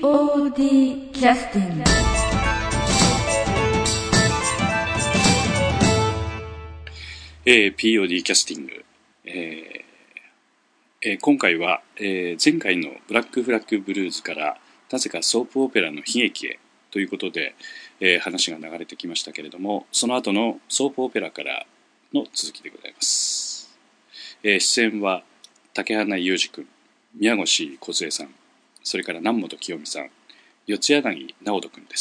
POD キャスティング POD キャスティング、今回は、前回のブラックフラッグブルーズからなぜかソープオペラの悲劇へということで、話が流れてきましたけれども、その後のソープオペラからの続きでございます。出演は竹花裕二君、宮越梢さん、それから南本清美さん、四柳直人君です。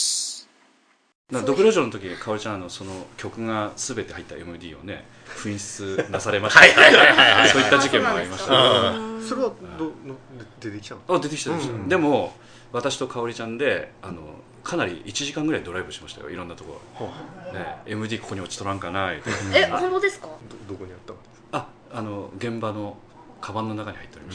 ドクロ城の時にかおりちゃんその曲が全て入った MD をね紛失なされましたそういった事件もありました。 それは出てきたの？ 出てきた、でも私とかおりちゃんでかなり1時間ぐらいドライブしましたよ、いろんなところ、ね、MD ここに落ちとらんかな本当ですか？ どこにあったの？ 現場のカバンの中に入っておりました、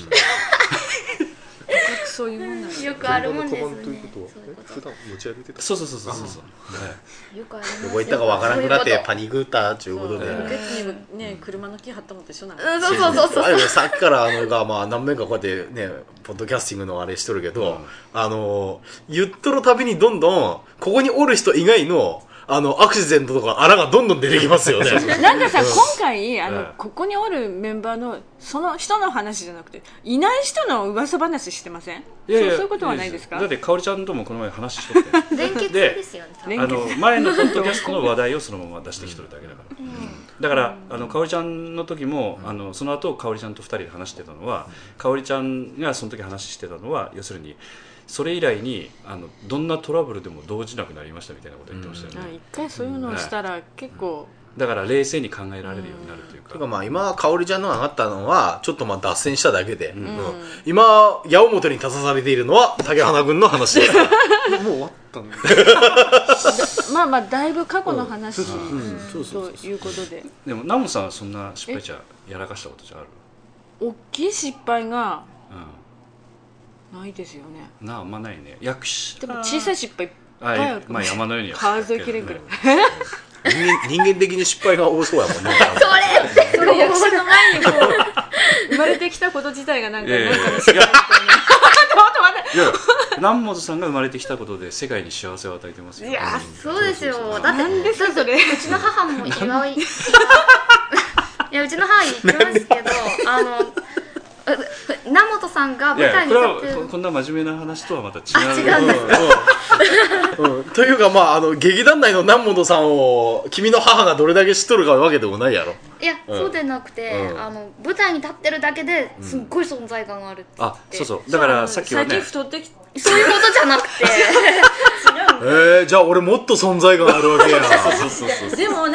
そういうもんなんですよくあるもんですね。 ということは普段持ち歩いてた？ そう、 よくありますよ。 どこ行ったかわからなくなってパニクったということで、 ポケットにね車の木貼ったのと一緒なんです。 そうあれさっきから何面かこうやってねポッドキャスティングのあれしとるけど、言っとるたびにどんどんここにおる人以外のアクシデントとか穴がどんどん出てきますよね。 なんかさ、今回ここにおるメンバーのその人の話じゃなくていない人の噂話してません？そういうことはないですか？ だってかおりちゃんともこの前話しとって連結ですよね。 前のポッドキャストの話題をそのまま出してきとるだけだから、だからかおりちゃんの時もその後かおりちゃんと2人で話してたのは、かおりちゃんがその時話してたのは要するにそれ以来にどんなトラブルでも動じなくなりましたみたいなこと言ってましたよね。 一回そういうのをしたら結構、 だから冷静に考えられるようになるというか、 今かおりちゃんの上がったのはちょっと脱線しただけで、今矢面に立たされているのは竹花君の話です。 もう終わったんだ。 まあだいぶ過去の話ということで。 でもナモさんはそんな失敗じゃやらかしたことじゃある？ 大きい失敗がないですよね。 あんまないね。役者でも小さい失敗いっぱいある。 山のように数えきれんくらい。 人間的に失敗が多そうやもんね。 それ役者の前にこう生まれてきたこと自体がなんかに失敗みたいな。 いや南本さんが生まれてきたことで世界に幸せを与えてますよ。 いやそうですよ。だってうちの母もいやうちの母言ってますけど南本さんが舞台に立ってる。 こんな真面目な話とはまた違う。 違うんですか？ というか劇団内の南本さんを君の母がどれだけ知っとるかわけでもないやろ。 いや、そうでなくて、舞台に立ってるだけですっごい存在感があるって言って。 そうだからさっきはね最近太ってきてそういうことじゃなくてじゃあ俺もっと存在感あるわけや。 でも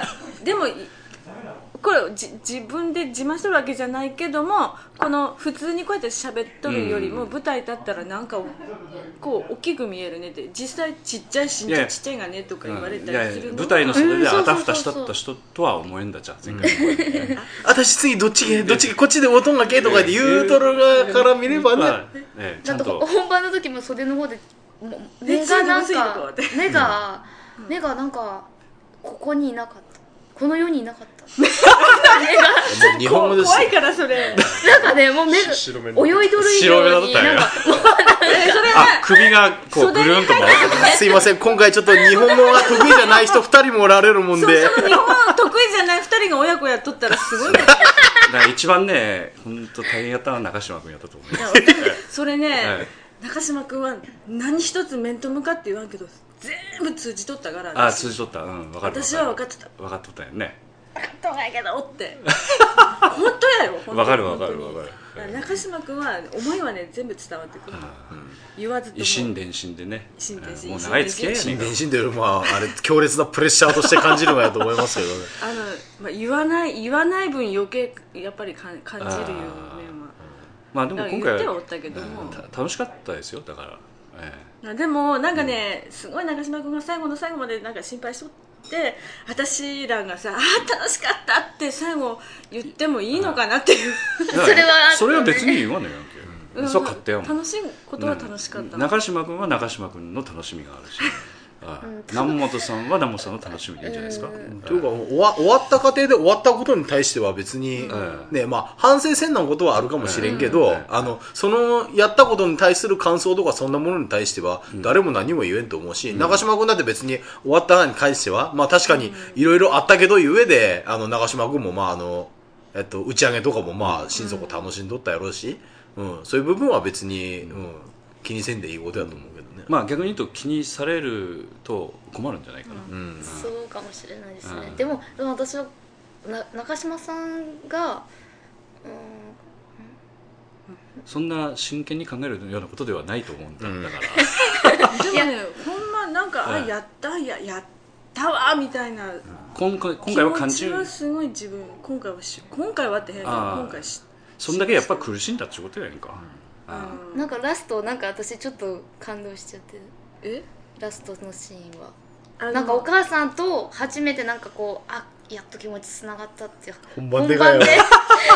これ自分で自慢してるわけじゃないけども、この普通にこうやって喋っとるよりも舞台立ったらなんかこう大きく見えるねって、実際ちっちゃい身長ちっちゃいがねとか言われたりするの。 舞台の袖であたふたしたった人とは思えんだじゃん前回のね。 私次どっちこっちで音がけとかで言うとる側から見ればね。 ちゃんと本番の時も袖の方で目がなんか目がなんかここにいなかった、この世にいなかった。 日本語です。 怖いからそれ。 なんかねもう目が泳いどる以上になんか首がこうぐるんと回ってすいません、今回ちょっと日本語が得意じゃない人2人もおられるもんで。 日本語得意じゃない2人が親子やっとったらすごいね。 一番ね本当大変やったのは中島君やったと思う。 それね、中島君は何一つ面と向かって言わんけど全部通じとったから。 通じとった。分かる。 私は分かってた。 分かっとったよね。 分かっとんやけどって本当やよ。 分かる。 中島君は思いはね全部伝わってくる。言わずとも一心伝心でね。もう長い付き合いやね。 一心伝心というよりあれ強烈なプレッシャーとして感じるのやと思いますけどね。 言わない分余計やっぱり感じるよ面は。 でも今回言ってはおったけども楽しかったですよ。だから。 でもなんかねすごい中島君が最後の最後までなんか心配しとって、私らがさ楽しかったって最後言ってもいいのかなっていう。 それは別に言わないやんけ。そう勝手やもん。 楽しいことは楽しかった。 中島君は中島君の楽しみがあるし南本さんは南本さんの楽しみでいいんじゃないですか。 というか終わった過程で終わったことに対しては別に、ね、まあ反省せんなことはあるかもしれんけど、そのやったことに対する感想とかそんなものに対しては誰も何も言えんと思うし、中島君だって別に終わったに関しては、まあ確かにいろいろあったけどいう上で、中島君もまあ打ち上げとかもまあ心底楽しんどったやろうし、そういう部分は別に、気にせんでいいことだと思うけどね。 まあ逆に言うと気にされると困るんじゃないかな。 そうかもしれないですね。でも私は中島さんがそんな真剣に考えるようなことではないと思うんだ、だからでもね、ほんまなんか、やったわみたいな今回は感じ気持ちはすごい自分今回はって変だけど今回そんだけやっぱ苦しんだってことやんか。 なんかラストなんか私ちょっと感動しちゃってラストのシーンはなんかお母さんと初めてなんかこうやっと気持ちつながったっていう本番でかよ。 でもね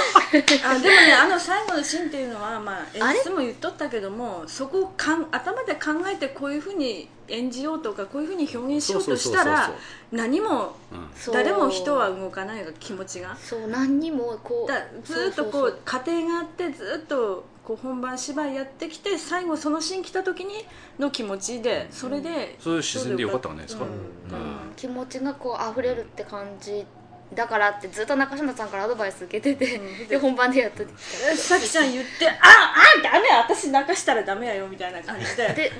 最後のシーンっていうのは、まあ、演出も言っとったけどもそこを頭で考えてこういうふうに演じようとかこういうふうに表現しようとしたら何も誰も人は動かないが気持ちがそう何にもこうずっとこう過程があってずっとこう本番芝居やってきて最後そのシーン来た時にの気持ちでそれでそういう自然でよかったんじゃないですか。 気持ちがこう溢れるって感じだからってずっと中島さんからアドバイス受けてて、で本番でやっとさきちゃん言ってダメ私泣かしたらダメやよみたいな感じで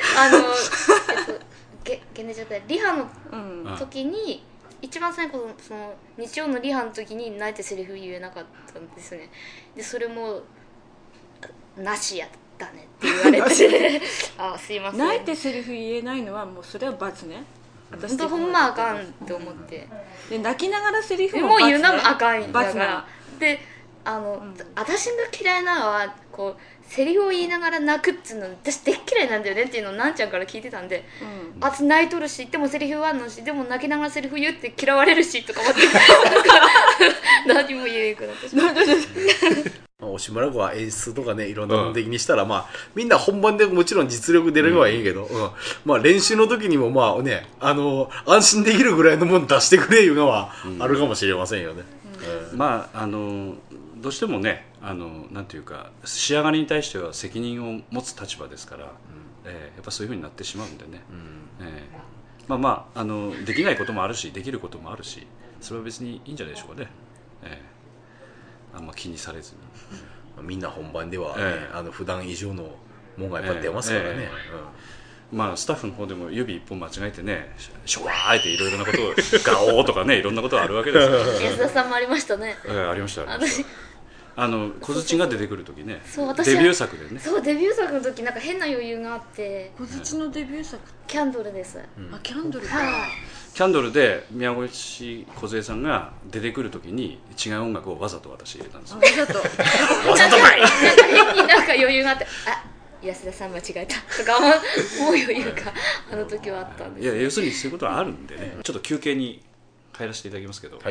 ゲネじゃないリハの時に一番最後のその日曜のリハの時に泣いてセリフ言えなかったんですよね。でそれもなしやったねって言われてすいません泣いてセリフ言えないのはもうそれは罰ね。 本当ほんまあかんって思ってで泣きながらセリフも言うのもあかんだ罰からで私が嫌いなのはこうセリフを言いながら泣くっつうの私でっ嫌いなんだよねっていうのをなんちゃんから聞いてたんで、私泣いとるしでもセリフはあんのしでも泣きながらセリフ言うって嫌われるしとか思って何も言えなくなってしまう。 押村君は演出とかねいろんなもの的にしたら、まあみんな本番でもちろん実力出ればいいけど、まあ練習の時にもまあね安心できるぐらいのもの出してくれいうのはあるかもしれませんよね。 まあどうしてもねなんていうか仕上がりに対しては責任を持つ立場ですから、やっぱそういう風になってしまうんでね、まあできないこともあるしできることもあるしそれは別にいいんじゃないでしょうかね。あんま気にされずにみんな本番では、普段以上のもんがやっぱ出ますからね。 まあスタッフの方でも指一本間違えてねシュワーっていろいろなことをガオーとかねいろんなことあるわけですよ。 安田さんもありましたね。 ありました。小槌が出てくる時ねそうデビュー作でねそうデビュー作の時なんか変な余裕があって小槌のデビュー作キャンドルです。 キャンドルか。 キャンドルで宮越梢さんが出てくるときに違う音楽をわざと私入れたんですよ。 わざとわざとかい変になんか余裕があって安田さん間違えたとかもう余裕があの時はあったんです。 いや要するにそういうことはあるんでねちょっと休憩に入らせていただきますけど、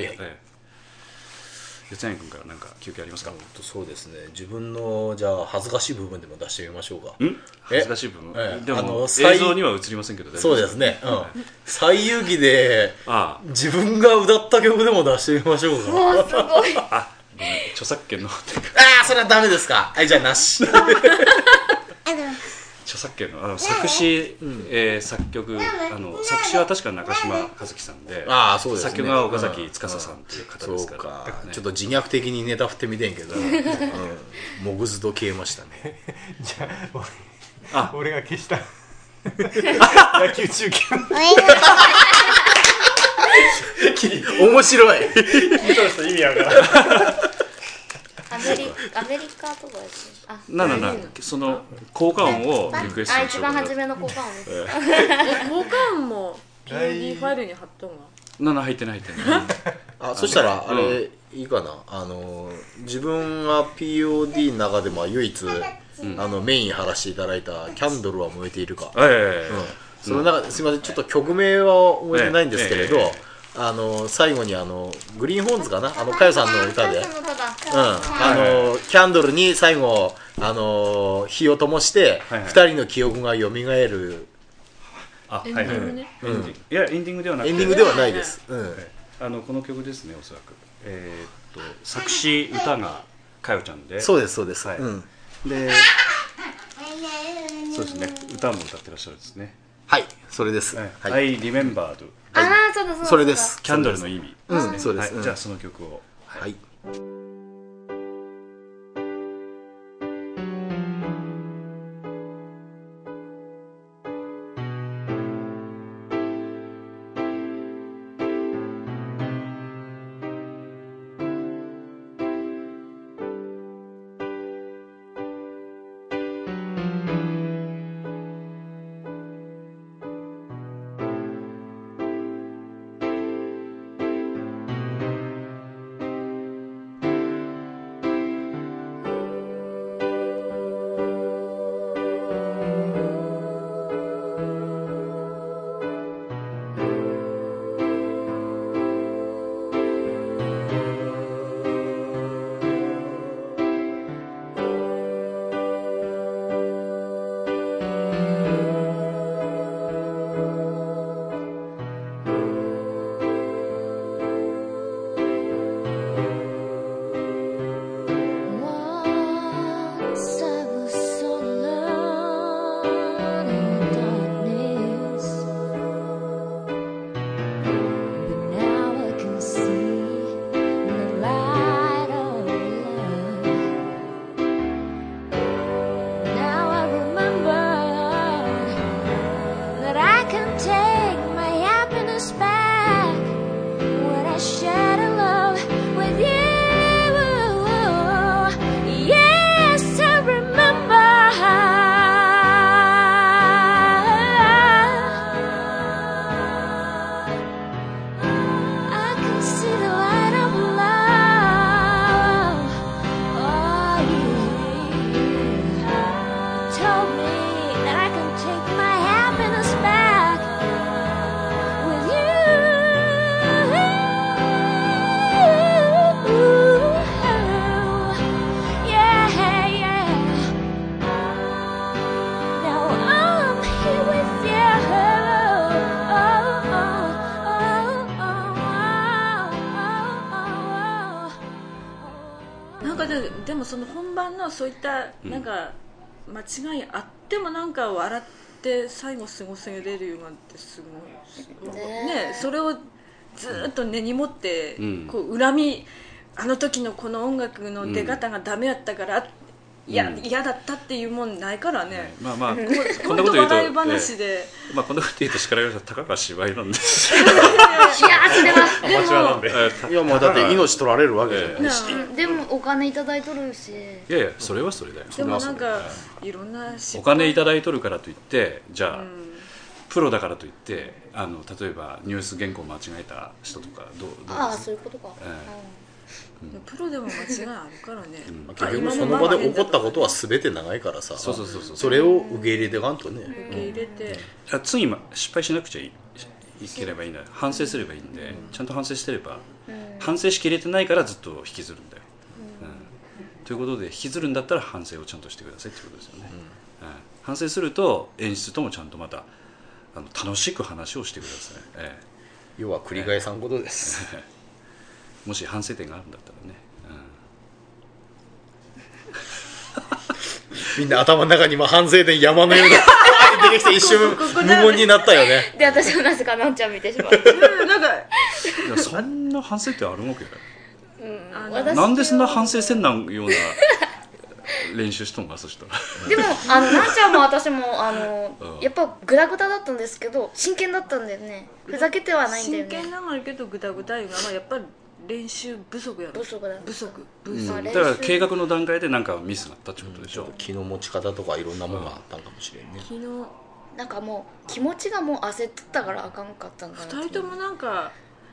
四谷君から何か休憩ありますか。 そうですね自分のじゃあ恥ずかしい部分でも出してみましょうか。 恥ずかしい部分、でも映像には映りませんけどそうですね、最遊記で自分が歌った曲でも出してみましょうか。 すごいごめん著作権のそれはダメですか。じゃあなし著作権の作詞、作曲作詞は確か中島和樹さんで、 そうですね、 作曲が岡崎司さんという方ですから、 ちょっと自虐的にネタ振ってみてんけどもぐずと消えましたね。 じゃあ俺が消した野球中継面白い見とる人意味あるからアメリカとかですね。 その効果音をリクエストし一番初めの効果音です。 効果音も POD ファイルに貼っとんが入ってないそしたらあれいいかな、自分が POD の中でも唯一メイン貼らせていただいたキャンドルは燃えているか、その中すみませんちょっと曲名は覚えてないんですけれど、最後にグリーンホーンズかなかよさんの歌でキャンドルに最後火を灯して2人の記憶が蘇るあ、 エンはいはい、 ディングね、 エンディングいやエンディングではなくてエンディングではないです、うん、 この曲ですね、おそらく作詞歌がかよちゃんで、 そうですそうです、 はい、 うん、 でそうですね、歌も歌ってらっしゃるんですね。 はい、それです、 はい、 はい、 I remembered、 ああ、そうだそうだ、 それです、 キャンドルの意味ですね、 うん、そうです、 はい、じゃあその曲を、 はい、 でもその本番のそういったなんか間違いあってもなんか笑って最後過ごせれるようなんてすごいね、それをずっと根に持ってこう恨み、あの時のこの音楽の出方がダメやったから嫌だったっていうもんないからね。 まあまあこんなこと言うと笑い話で、 まあこんなこと言うと叱られるとたかが芝居なんですいやそれはアマチュアなんで、 いやもうだって命取られるわけじゃないし、 でもお金いただいとるし、 いやいやそれはそれだよ。 でもなんかいろんなお金いただいとるからといってじゃあ、プロだからといって例えばニュース原稿間違えた人とかどうですか。 ああそういうことか、 プロでも間違いあるからね、 結局その場で起こったことは全て長いからさ、それを受け入れていかんとね、 受け入れて、 次失敗しなくちゃいければいいんだよ。反省すればいいんで、ちゃんと反省してれば、反省しきれてないからずっと引きずるんだよ、ということで引きずるんだったら反省をちゃんとしてくださいってことですよね、反省すると演出ともちゃんとまた楽しく話をしてください、 要は繰り返さんことです、 もし反省点があるんだったらね、 みんな頭の中に反省点山のような出てきて一瞬無言になったよね。 で私もなぜかのんちゃん見てしまうなんかそんな反省点あるわけだよ、 ななんでそんな反省せんなんような練習しとんか。そしたらでもなんちゃんも私もやっぱグダグダだったんですけど真剣だったんだよね。ふざけてはないんだよね。 真剣なんだけどグダグダいうのはやっぱり練習不足やろ。 不足だ。 だから計画の段階でなんかミスがあったってことでしょ、 気の持ち方とかいろんなものがあったのかもしれんね。 昨日なんかもう気持ちがもう焦っとったからあかんかったんかな。 2人ともなんか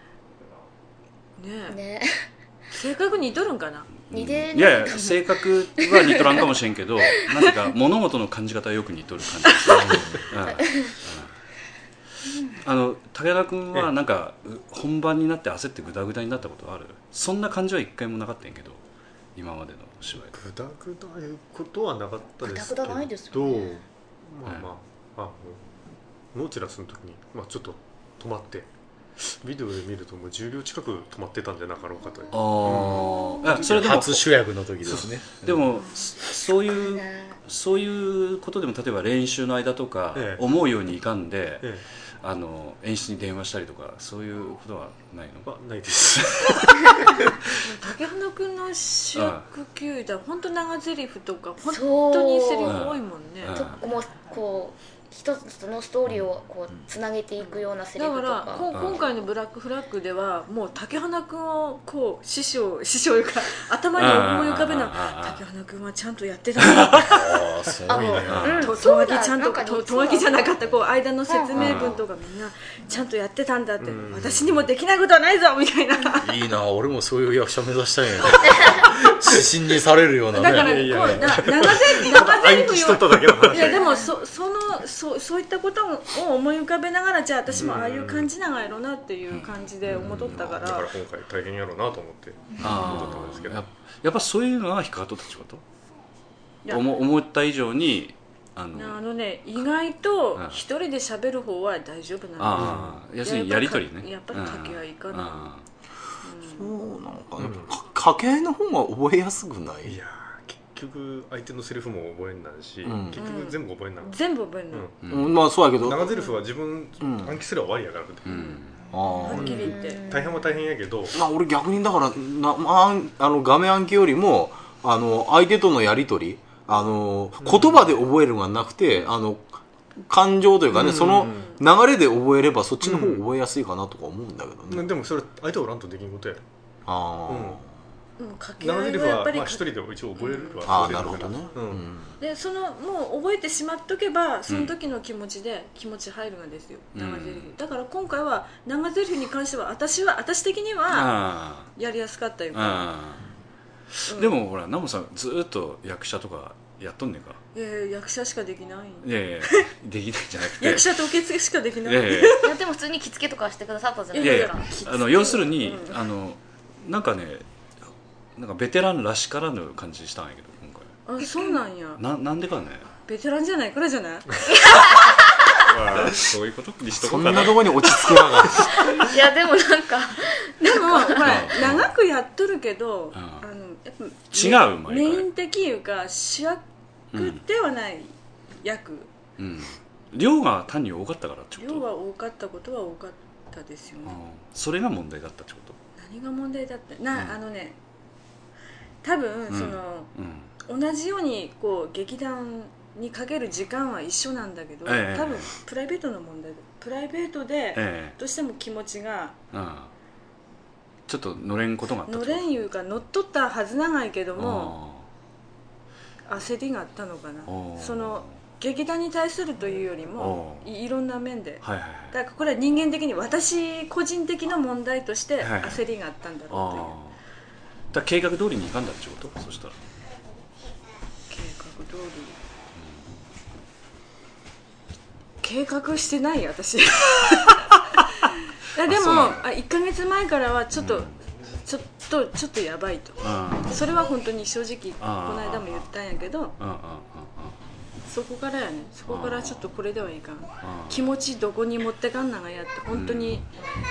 ね性格似とるんかな。 似ていやいや性格は似とらんかもしれんけどなぜか物事の感じ方はよく似とる感じです武田君はなんか本番になって焦ってグダグダになったことある？そんな感じは一回もなかったんやけど今までの芝居でグダグダいうことはなかったですけど、 グダグダないですよね。 まあまあノーチラスの時に、まあ、ちょっと止まってビデオで見るともう10秒近く止まってたんじゃなかろうかという。 それでも初主役の時ですね。 でもそういうことでも例えば練習の間とか、思うようにいかんで、演出に電話したりとかそういうことはないの？ ないです竹花君の主役級だ本当長台詞とか本当にセリフ多いもんね。 もうこう一つのストーリーをこうつなげていくようなセリフとか。 だから今回のブラックフラッグではもう竹花君をこう師匠いうか頭に思い浮かべな竹花君はちゃんとやってたんだすごいね。 とわきちゃんととわきじゃなかったこう間の説明文とかみんなちゃんとやってたんだって、私にもできないことはないぞみたいな。 いいな、俺もそういう役者目指したいんやね。指針にされるようなね。 だから長台詞をいやでもそういったことを思い浮かべながらじゃあ私もああいう感じなんやろなっていう感じで思っとったから、 だから今回大変やろうなと思って思っとったんですけど、 やっぱそういうのは引っかかっとったってこと思った以上に意外と一人で喋る方は大丈夫なんです。要するにやりとりね。 やっぱり掛け合いかな。 そうなのかな。掛け合いの方が覚えやすくない？ いや結局相手のセリフも覚えんないし、結局全部覚えんない。 全部覚えんない。 まあそうやけど長台詞は自分暗記すれば終わりやからはっきり言って大変は大変やけど、 俺逆にだから画面暗記よりも相手とのやり取り言葉で覚えるのがなくて感情というかね、その流れで覚えればそっちの方覚えやすいかなとか思うんだけどね。 でもそれ相手おらんとできんことやる。 掛け長台詞は合いはやっぱり一人で一応覚えるはなるほどね。 でもう覚えてしまっとけばその時の気持ちで気持ち入るんですよ、長台詞。だから今回は長台詞に関しては私的にはやりやすかったよ。 でもほらナモさんずっと役者とかやっとんねんか。 役者しかできない。 いやできないんじゃなくて役者と受付しかできない。 いやでも普通に着付けとかしてくださったじゃないですか。 要するになんかねベテランらしからぬ感じしたんやけど今回。そうなんや。 なんでかね。 ベテランじゃないからじゃない。 そういうことにしとそこうかな。 んなとこに落ち着けながら。 いやでもなんかでもほら長くやっとるけどやっぱ違うメイン的いうか主役ではない役。 量が単に多かったからってこと。 量が多かったことは多かったですよね。 それが問題だったってこと。 何が問題だって多分同じようにこう劇団にかける時間は一緒なんだけど、多分プライベートの問題でプライベートでどうしても気持ちがちょっと乗れんことがあった。 乗れんいうか乗っ取ったはず長いけども焦りがあったのかな。その劇団に対するというよりもいろんな面で、だからこれは人間的に私個人的な問題として焦りがあったんだろうという。 だ計画通りにいかんだってこと。そしたら計画通り、計画してない私。いやでも1ヶ月前からはちょっとやばいと。それは本当に正直この間も言ったんやけど、そこからやね。そこからちょっとこれではいかん。気持ちどこに持ってかんながやって本当に。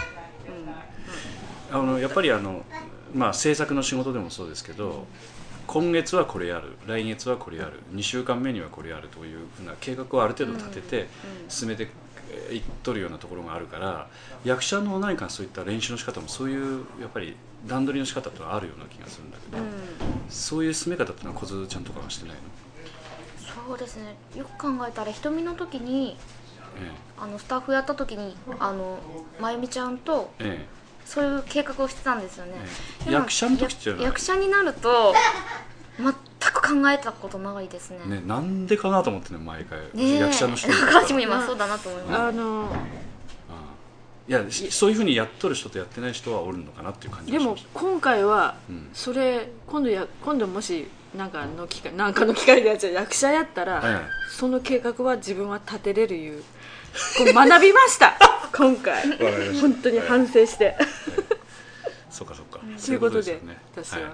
やっぱり制作の仕事でもそうですけど、今月はこれやる、来月はこれやる、2週間目にはこれやるというふうな計画をある程度立てて進めていっとるようなところがあるから、役者の何かそういった練習の仕方もそういうやっぱり段取りの仕方ってのはあるような気がするんだけど、そういう進め方ってのは小津ちゃんとかはしてないの？ そうですね。よく考えたら瞳の時に、スタッフやった時にまゆみちゃんと、そういう計画をしてたんですよね。 役者の時って役者になると全く考えたことないですね。 なんでかなと思ってね、毎回。役者の人私も今そうだなと思います。 いや、そういうふうにやっとる人とやってない人はおるのかなっていう感じがしました。 でも今回はそれ今度もしなんかの機会で役者やったら、その計画は自分は立てれるいう学びました今回。本当に反省して。 そうかそうか。 そういうことで私は。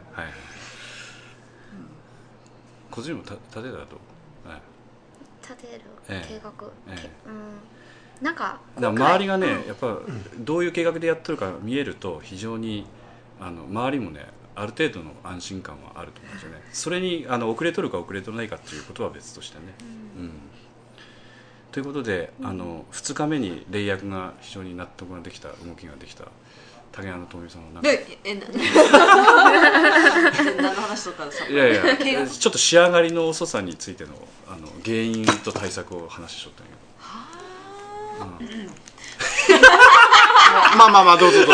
小津も立てたと。 立てる計画。 なんかだから周りがね、やっぱどういう計画でやってるか見えると非常に周りもねある程度の安心感はあると思うんですよね。それに遅れとるか遅れとないかっていうことは別としてね、ということで2日目に霊役が非常に納得ができた動きができた竹穴智美さんの中で何の話とかさ、 いやいやちょっと仕上がりの遅さについての原因と対策を話しとったんやけど、 まあどうぞ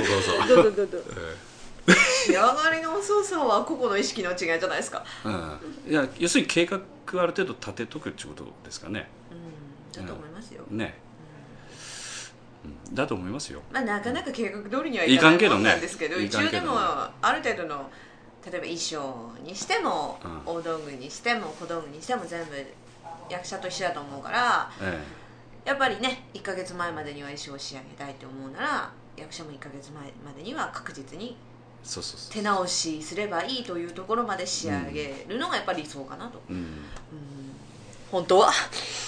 仕上がりの遅さは個々の意識の違いじゃないですか。 いや要するに計画ある程度立てとくっていうことですかね。 だと思いますよね、だと思いますよ。 まあなかなか計画通りにはいかないもんなんですけど、一応でもある程度の例えば衣装にしても大道具にしても小道具にしても全部役者と一緒だと思うから、やっぱりね1ヶ月前までには衣装を仕上げたいと思うなら役者も1ヶ月前までには確実に手直しすればいいというところまで仕上げるのがやっぱり理想かなと。本当はね、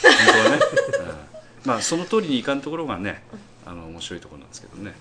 まあその通りにいかんところがね面白いところなんですけどね。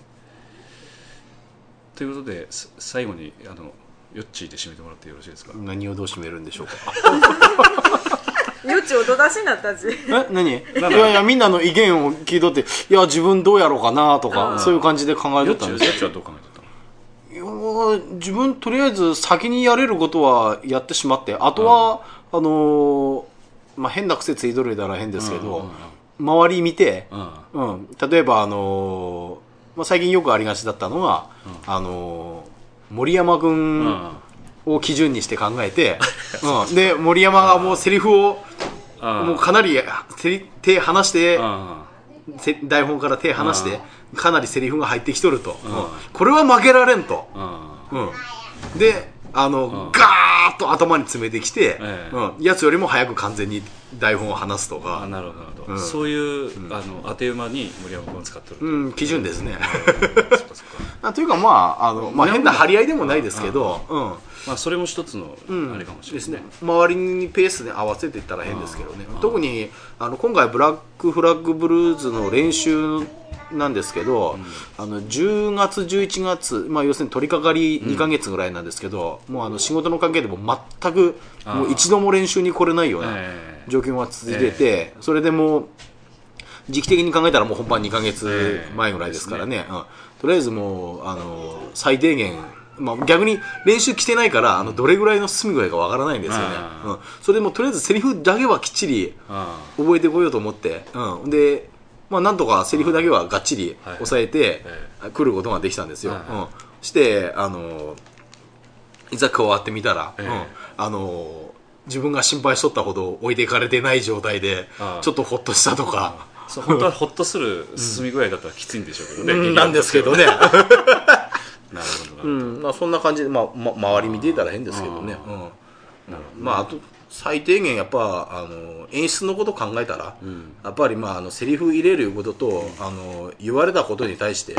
ということで最後にヨッチーで締めてもらってよろしいですか。 何をどう締めるんでしょうか。 よちおと出しになったし何いやみんなの意見を聞いとって、いや自分どうやろうかなとかそういう感じで考えとったんです。 ヨッチはどう考えとったの。 いや自分とりあえず先にやれることはやってしまって、あとはまあ、変な癖ついとるなら変ですけど、周り見て、例えばまあ、最近よくありがちだったのは、森山君を基準にして考えて、で森山がもうセリフをもうかなり手離して、台本から手離してかなりセリフが入ってきとると、これは負けられんと、でガーッと頭に詰めてきて、やつよりも早く完全に台本を話すとか。 なるほど、そういう当て馬に森山君を使ってる、 基準ですね。というかまあ変な張り合いでもないですけど、 まあそれも一つのあれかもしれないですね。 周りにペースで合わせていったら変ですけどね。特に今回ブラックフラッグブルーズの練習なんですけど、10月11月、まあ、要するに取り掛かり2ヶ月ぐらいなんですけど、もう仕事の関係でも全くもう一度も練習に来れないような状況が続いてて、それでもう時期的に考えたらもう本番2ヶ月前ぐらいですからね、とりあえずもう最低限、まあ、逆に練習来てないからどれぐらいの進み具合かわからないんですよね、それでもとりあえずセリフだけはきっちり覚えてこようと思って、でまあ、なんとかセリフだけはがっちり抑えて来ることができたんですよ。していざ加わってみたら、自分が心配しとったほど置いていかれてない状態でちょっとほっとしたとか、 本当はほっとする進み具合だったらきついんでしょうけどね、 なんですけどね。 なるほど、 まあ、そんな感じで、まあ、周り見ていたら変ですけどね。まああと最低限やっぱ演出のことを考えたら、やっぱりまあセリフ入れることと言われたことに対して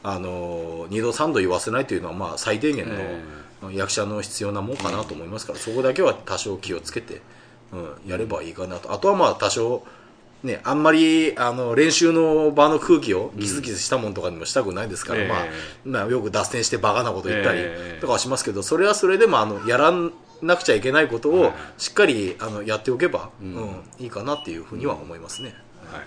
2度3度言わせないというのはまあ最低限の役者の必要なもんかなと思いますから、そこだけは多少気をつけて、やればいいかなと。あとはまあ多少ね、あんまり練習の場の空気をギスギスしたもんとかにもしたくないですから、まあよく脱線してバカなこと言ったりとかはしますけど、それはそれでもやらなくちゃいけないことをしっかりやっておけば、いいかなっていうふうには思いますね。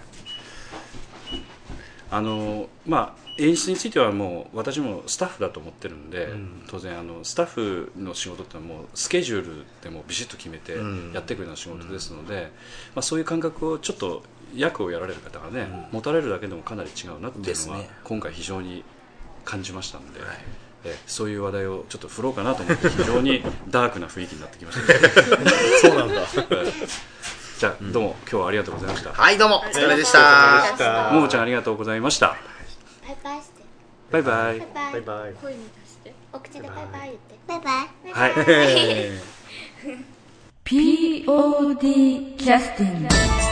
まあ演出についてはもう私もスタッフだと思ってるんで、当然スタッフの仕事ってのはもうスケジュールでもビシッと決めてやっていくような仕事ですので、まあ、そういう感覚をちょっと役をやられる方がね、持たれるだけでもかなり違うなっていうのは今回非常に感じましたので、そういう話題をちょっと振ろうかなと思って非常にダークな雰囲気になってきましたね。 そうなんだ。 じゃあどうも今日はありがとうございました。 はい、どうもお疲れでした。 ももちゃんありがとうございました。 バイバイして。 バイバイ。 バイバイ。 声に出してお口でバイバイ言って。バイバイ。 はい。 POD キャスティング